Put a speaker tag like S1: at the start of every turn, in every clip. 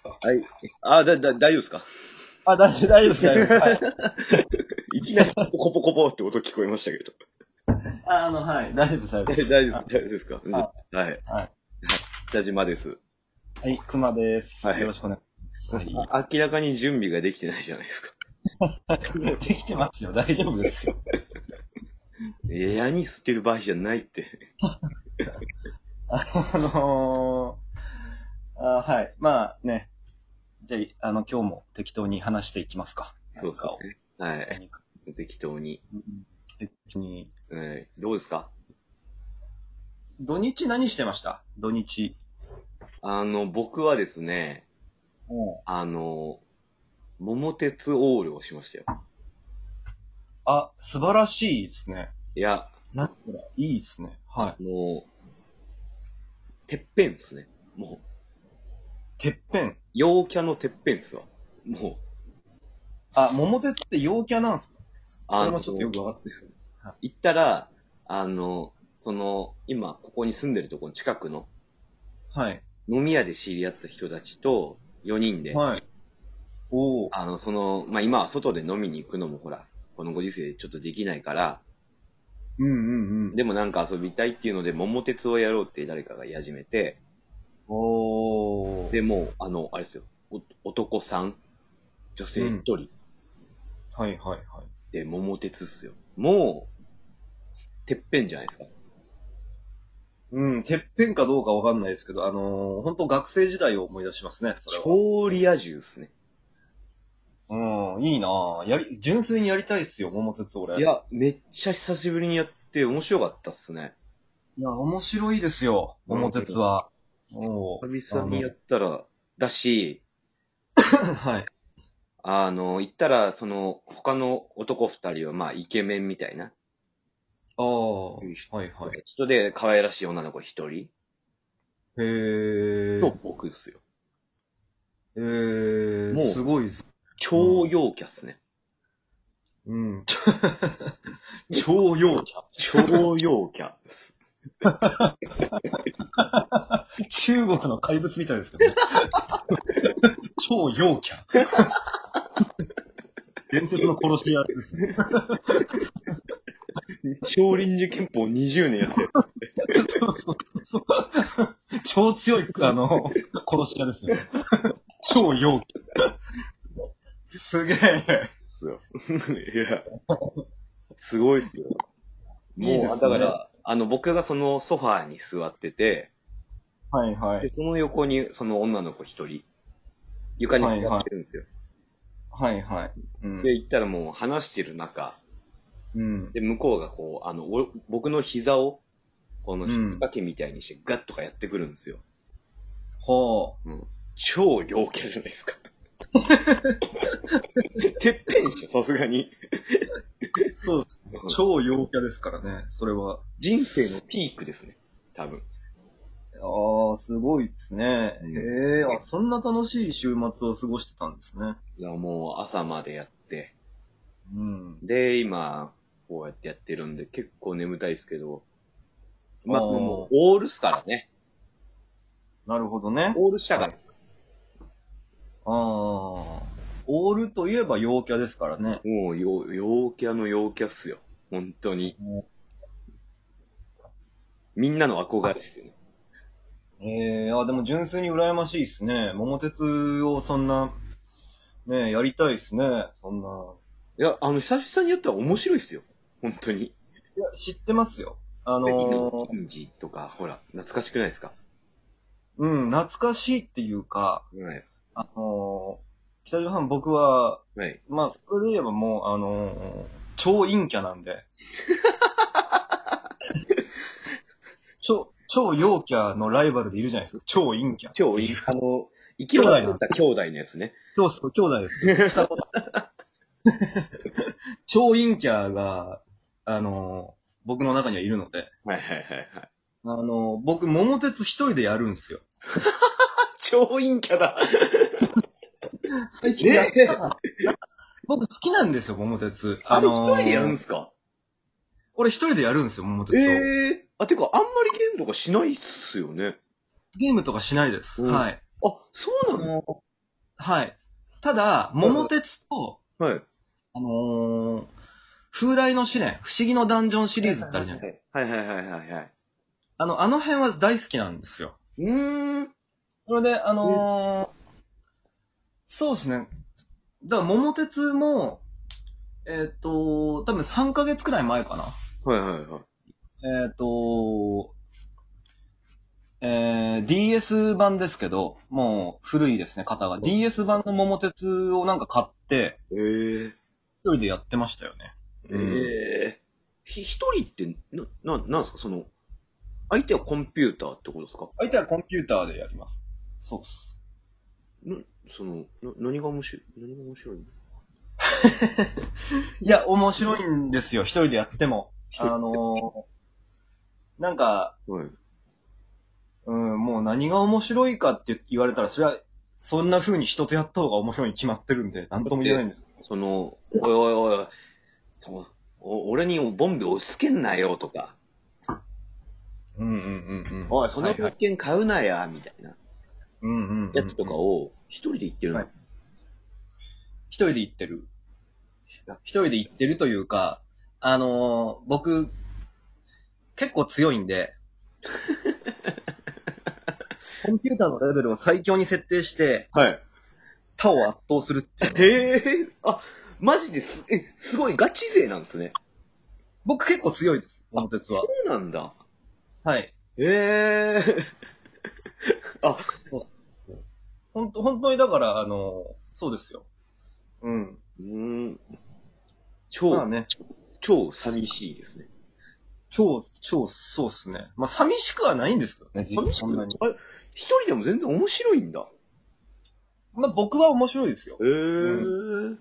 S1: はい。あ、大丈夫ですか？
S2: 大丈夫です、大丈夫です。はい。
S1: いきなりコポコポって音聞こえましたけど。
S2: はい、大丈夫です、大丈夫です。
S1: 大丈夫ですか？
S2: は
S1: はい。
S2: はい。
S1: 北島です。
S2: はい、熊です。
S1: はい。
S2: よろしくお願いします。は
S1: 明らかに準備ができてないじゃないですか。
S2: い。できてますよ、大丈夫ですよ。
S1: 矢に吸ってる場合じゃないって。
S2: あのはい。まあね、じゃあ、今日も適当に話していきますか。
S1: そうですね。はい。
S2: 何か
S1: 適当に。
S2: 適当に。
S1: はい。どうですか？
S2: 土日何してました？土日。
S1: 僕はですね、
S2: うん
S1: 桃鉄オールをしましたよ。
S2: 素晴らしいですね。
S1: いや、
S2: なんかいいですね。はい。
S1: てっぺんですね。もう、
S2: てっぺん。
S1: 陽キャのてっぺんっすわ。も
S2: 桃鉄って陽キャなんすか？
S1: う、
S2: それもちょっとよくわかってる。
S1: 行ったら、今、ここに住んでるところの近くの
S2: はい。
S1: 飲み屋で知り合った人たちと4人で、
S2: はい。おー。
S1: 今は外で飲みに行くのもほら、このご時世でちょっとできないから、
S2: うんうんうん。
S1: でもなんか遊びたいっていうので、桃鉄をやろうって誰かが言い始めて、
S2: おー。
S1: で、もう、あれですよ、男3、女性1人
S2: はいはいはい。
S1: で桃鉄っすよ。もう、てっぺんじゃないですか。
S2: うん、てっぺんかどうかわかんないですけど、本当学生時代を思い出しますね、それは。
S1: 超リア充っすね。
S2: うん、いいなぁ。純粋にやりたいっすよ、桃鉄俺。
S1: いや、めっちゃ久しぶりにやって面白かったっすね。
S2: いや、面白いですよ、桃鉄は。
S1: 久々にやったら、だし、
S2: はい。
S1: 行ったら、他の男二人は、まあ、イケメンみたいな。
S2: はいはい。
S1: 人で、可愛らしい女の子一人。
S2: へー。
S1: と、僕っすよ。もう
S2: すごいです。
S1: 超陽キャっすね。
S2: うん。超陽キャ。
S1: 超陽キャっす。
S2: 中国の怪物みたいですけどね。超陽キャ。伝説の殺し屋ですね。
S1: 少林寺拳法20年やってる。
S2: そう超強い、殺し屋ですよ。超陽気。すげえ。
S1: すよ。いや、すごいっすよ。
S2: いいですね。
S1: だから、僕がそのソファーに座ってて、で、
S2: はいはい。
S1: その横にその女の子一人、床に座ってるんですよ。
S2: はいはい。うん。
S1: で、行ったらもう話してる中、
S2: うん。
S1: で、向こうがこう、僕の膝を、この
S2: うん
S1: 引っ掛けみたいにしてガッとかやってくるんですよ。
S2: は
S1: うん。超陽キャじゃないですか。てっぺんでしょ、さすがに。
S2: あ。そうです。超陽キャですからね、それは。
S1: 人生のピークですね。多分。
S2: すごいですね。へえ、そんな楽しい週末を過ごしてたんですね。
S1: いや、もう朝までやって、
S2: うん。
S1: で、今、こうやってやってるんで、結構眠たいですけど、まあ、
S2: あー
S1: もう、オールスからね。
S2: なるほどね。
S1: オールしたから。
S2: オールといえば陽キャですからね。
S1: もう、陽キャの陽キャっすよ。本当に。みんなの憧れですよね。
S2: でも純粋に羨ましいですね。桃鉄をそんな、ねやりたいですね。そんな。
S1: いや、久々にやったら面白いっすよ。本当に。
S2: いや、知ってますよ。
S1: スペインのスキンジとか、ほら、懐かしくないですか？
S2: 懐かしいっていうか、
S1: はい。
S2: 北島さん僕は、
S1: はい。
S2: まあ、それで言えばもう、超陰キャなんで、超陽キャのライバルでいるじゃないですか。超陰キャ。
S1: 超いい。生き物だった兄弟のやつね。
S2: そうそう、兄弟ですけど、双子超陰キャが、僕の中にはいるので、
S1: はいはいはいはい。
S2: 僕、桃鉄一人でやるんですよ。
S1: 超陰キャだ。
S2: 最近やったら、僕好きなんですよ、桃鉄。
S1: 一人でやるんすか？
S2: 俺一人でやるんですよ、桃鉄を。
S1: てか、あんまりゲームとかしないっすよね。
S2: ゲームとかしないです。
S1: うん
S2: はい。
S1: あ、そうなの？
S2: はい。ただ、桃鉄と、
S1: はい。
S2: 風来の試練、不思議のダンジョンシリーズってあるじゃない。
S1: はいはいはいはいはい。
S2: あの辺は大好きなんですよ。
S1: うーん。
S2: それで、そうですね。だから、桃鉄も、多分3ヶ月くらい前かな。
S1: はいはいはい。
S2: DS 版ですけど、もう古いですね、型が。DS 版の桃鉄をなんか買って、一人でやってましたよね。
S1: 一人って、なんすか相手はコンピューターってことですか？
S2: 相手はコンピューターでやります。そうっす。
S1: 何が面白いの？
S2: いや、面白いんですよ、一人でやっても。なんか、
S1: はい。
S2: もう何が面白いかって言われたら、それは、そんな風に人とやった方が面白いに決まってるんで、なんとも言えないんです。
S1: おいおいおい、俺にボンベ押し付けんなよとか、おい、その物件買うなや、みたいなやつとかを一人で言ってるの。
S2: はい、一人で言ってる。一人で言ってるというか、僕、結構強いんで、コンピューターのレベルを最強に設定して、
S1: はい。
S2: 他を圧倒するっていう。
S1: へえ、マジすごいガチ勢なんですね。
S2: 僕結構強いです、桃鉄は。
S1: そうなんだ。
S2: はい。
S1: へえ。
S2: 本当にだから、そうですよ。まあね。
S1: 超寂しいですね。
S2: そうっすね。まあ、寂しくはないんですけどね、
S1: そんなに。一人でも全然面白いんだ。
S2: まあ、僕は面白いですよ。
S1: へえ。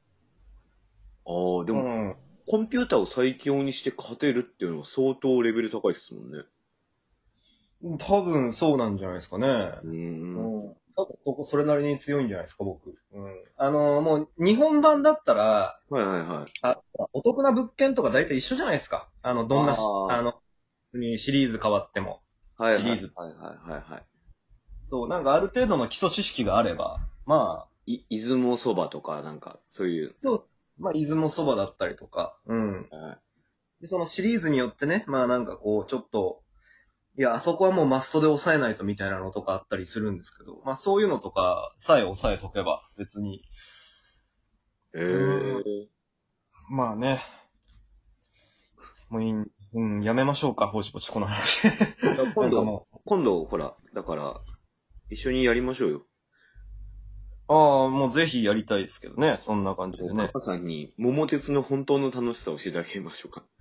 S1: でも、コンピューターを最強にして勝てるっていうのは相当レベル高いですもんね。
S2: 多分そうなんじゃないですかね。多分それなりに強いんじゃないですか、僕。もう、日本版だったら、
S1: はいはいはい。
S2: お得な物件とか大体一緒じゃないですか。どんなシリーズ変わっても。
S1: はい
S2: シリーズ。
S1: はいはいはい。
S2: そう、なんかある程度の基礎知識があれば、まあ。
S1: 出雲そばとか、なんか、そういう。
S2: そう、まあ、出雲そばだったりとか。で、そのシリーズによってね、まあなんかこう、ちょっと、いや、あそこはもうマストで抑えないとみたいなのとかあったりするんですけど、まあそういうのとかさえ抑えとけば別に。まあね。もうやめましょうか、ぼちぼちこの話。
S1: 今度、ほら、だから、一緒にやりましょうよ。
S2: もうぜひやりたいですけどね、そんな感じでね。
S1: カさんに桃鉄の本当の楽しさを教えてあげましょうか。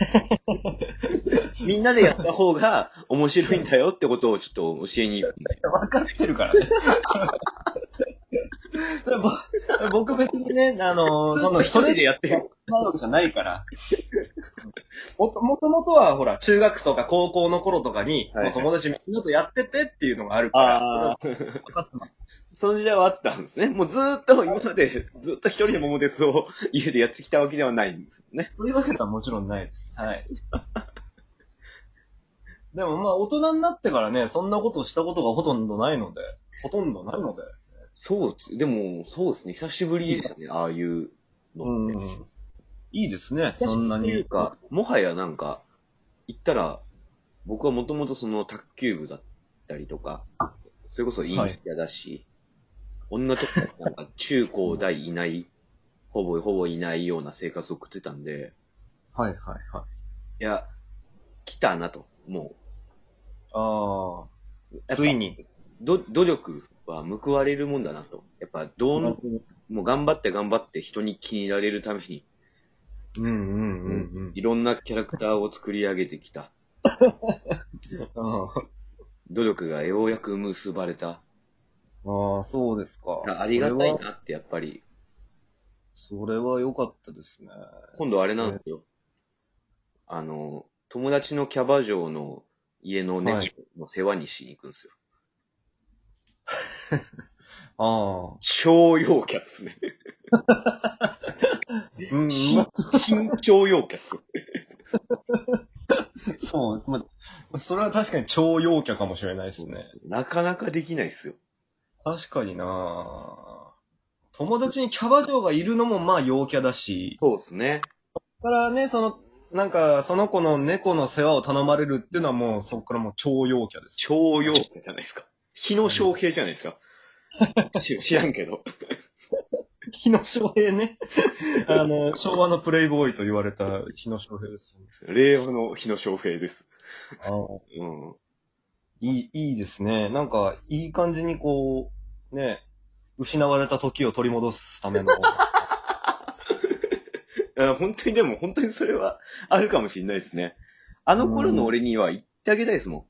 S1: みんなでやった方が面白いんだよってことをちょっと教えに行くんで。
S2: 分かってるからね。僕別にね、その一人でやってるわけじゃないから。もともとはほら、中学とか高校の頃とかに、友達みんなとやっててっていうのがあるから。
S1: その時代はあったんですね。もうずーっと今までずっと一人で桃鉄を家でやってきたわけではないんですよね。
S2: そういうわけではもちろんないです。はい。でもまあ大人になってからね、そんなことをしたことがほとんどないので。
S1: でも、そうですね。久しぶりでしたね、ああいうのって。
S2: いいですね、そんなに。
S1: というか、もはやなんか、言ったら、僕はもともとその卓球部だったりとか、それこそ陰キャだし、女とかなんか中高大いない、ほぼいないような生活を送ってたんで、
S2: い
S1: や、来たなと、も
S2: う。ついに。
S1: 努力は報われるもんだなと。やっぱ、もう頑張って人に気に入られるために、いろんなキャラクターを作り上げてきた。努力がようやく結ばれた。
S2: そうですか。
S1: ありがたいなってやっぱり。
S2: それは良かったですね。
S1: 今度あれなんですよ。友達のキャバ嬢の家の猫の世話にしに行くんですよ。超陽キャっすね。新超陽キャっす。
S2: そう。それは確かに超陽キャかもしれないですね。
S1: なかなかできないっすよ。
S2: 確かになぁ。 友達にキャバ嬢がいるのもまあ陽キャだし、
S1: そうですね。
S2: だからね、なんか、その子の猫の世話を頼まれるっていうのはもう、そこからもう超陽キャです。
S1: 超陽キャじゃないですか。日野翔平じゃないですか。知らんけど。
S2: 日野翔平ね。昭和のプレイボーイと言われた日野翔平ですよね。
S1: 令和の日野翔平です。
S2: ああ。
S1: うん。
S2: いいですね。なんか、いい感じにこう、ね、失われた時を取り戻すための。
S1: 本当にでも、本当にそれはあるかもしれないですね。あの頃の俺には言ってあげたいですもん。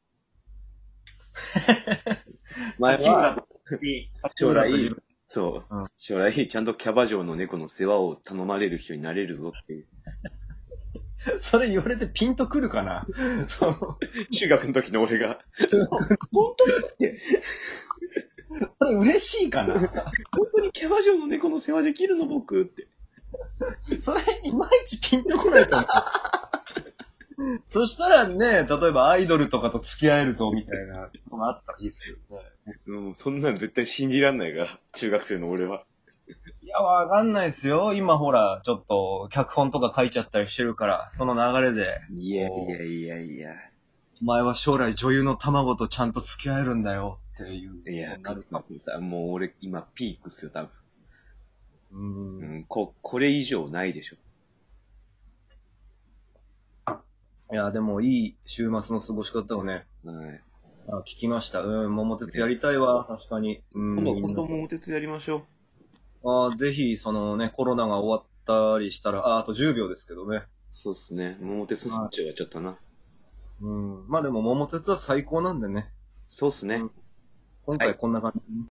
S1: 前は、将来、そう、将来、ちゃんとキャバ嬢の猫の世話を頼まれる人になれるぞっていう。
S2: それ言われてピンとくるかな
S1: 中学の時の俺が。本当にって。
S2: それ嬉しいかな
S1: 本当にキャバ嬢の猫の世話できるの僕って。
S2: それ、いまいちピンとこないかも。そしたらね、例えばアイドルとかと付き合えるぞみたいなのがあったらいいですよね。
S1: そんなの絶対信じらんないから、中学生の俺は。
S2: いや、わかんないですよ。今ほら、ちょっと、脚本とか書いちゃったりしてるから、その流れで。
S1: いやいやいやいや。
S2: お前は将来女優の卵とちゃんと付き合えるんだよっていう。
S1: いや、もう俺今ピークっすよ、多分。これ以上ないでしょ。
S2: いや、でもいい週末の過ごし方をね。
S1: はい。
S2: 聞きました。桃鉄やりたいわ、確かに。
S1: 今度桃鉄やりましょ
S2: う。ぜひ、そのね、コロナが終わったりしたら、あと10秒ですけどね。
S1: そうっすね。桃鉄の終わっちゃったな。
S2: まあでも桃鉄は最高なんでね。
S1: そうっすね。
S2: 今回こんな感じ。